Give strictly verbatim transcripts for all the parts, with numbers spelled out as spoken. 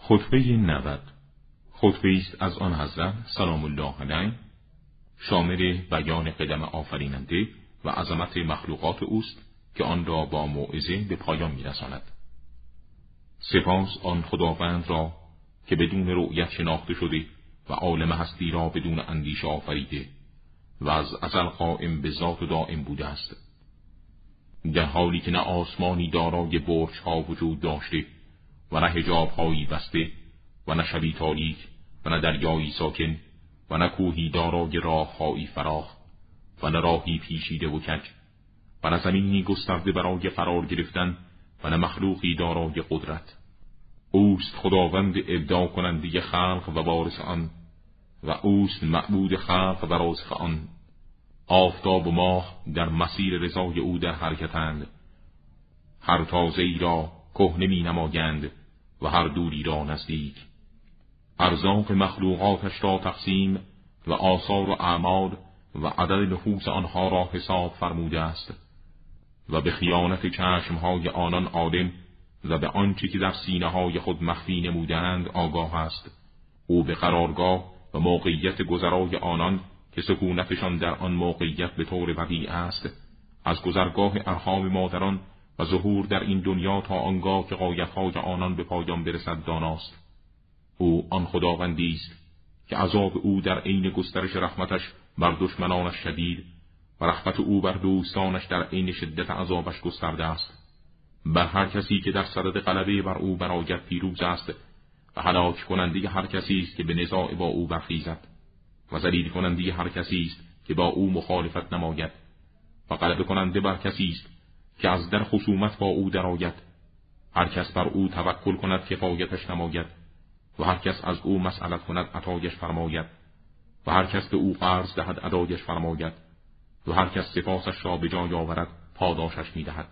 خطبه نود خطبه است از آن حضرت سلام الله علیه، شامل بیان قدم آفریننده و عظمت مخلوقات اوست که آن را با موعظه به پایان می‌رساند. سپاس آن خداوند را که بدون رؤیت شناخته شده و عالم هستی را بدون اندیشه آفریده و از ازل قائم به ذات دائم بوده است، در حالی که نه آسمانی دارای برج‌ها وجود داشته و نه حجاب‌هایی بسته و نه شبی تاریک و نه دریایی ساکن و نه کوهی دارای راه‌هایی فراخ و نه راهی پیچیده و کج و نه زمینی گسترده برای فرار گرفتن و نه مخلوقی دارای قدرت. اوست خداوند ابداع کننده خلق و وارث آن و اوست معبود خلق و رازق آن. آفتاب و ماه در مسیر رضای او در حرکتند، هر تازه‌ای را کهنه می نمایند و هر دوری را نزدیک. ارزاق مخلوقاتش را تقسیم و آثار و اعمال و عدد نفوس آنها را حساب فرموده است و به خیانت چشمهای آنان عالم و به آنچه که در سینه‌های خود مخفی نمودند آگاه است. او به قرارگاه و موقعیت گذرای آنان که سکونتشان در آن موقعیت به طور بدیع است، از گذرگاه ارحام مادران و ظهور در این دنیا تا آنگاه که غایت‌های آنان به پایان برسد داناست. او آن خداوندی است که عذاب او در عین گسترش رحمتش بر دشمنانش شدید و رحمت او بر دوستانش در عین شدت عذابش گسترده است. بر هر کسی که در صدد غلبه بر او برآید پیروز است و هلاک کننده هر کسی است که به نزاع با او برخیزد و ذلیل کننده هر کسی است که با او مخالفت نماید و غلبه کننده بر کسی است که از در خصومت با او درآید. هر کس بر او توکل کند کفایتش نماید و هر کس از او مسئلت کند عطایش فرماید و هر کس به او قرض دهد ادایش فرماید و هر کس سپاسش را به جای آورد پاداشش می‌دهد.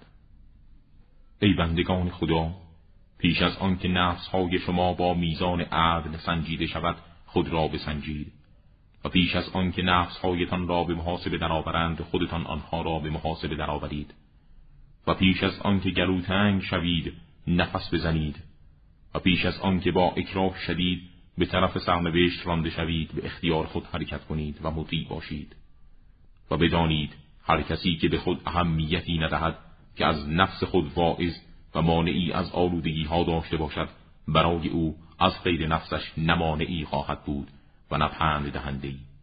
ای بندگان خدا، پیش از آن که نفس‌های شما با میزان عدل سنجیده شود خود را بسنجید و پیش از آن که نفس‌هایتان را به محاسبه درآورند خودتان آنها را به محاسبه درآورید و پیش از آن که گلو تنگ شوید نفس بزنید و پیش از آن که با اکراه شدید به طرف سرنوشت رانده شوید به اختیار خود حرکت کنید و مطیع باشید و بدانید هر کسی که به خود اهمیتی ندهد که از نفس خود واعظ و مانعی از آلودگی ها داشته باشد، برای او از غیر نفسش نه مانعی خواهد بود و نه پند دهنده‌ای.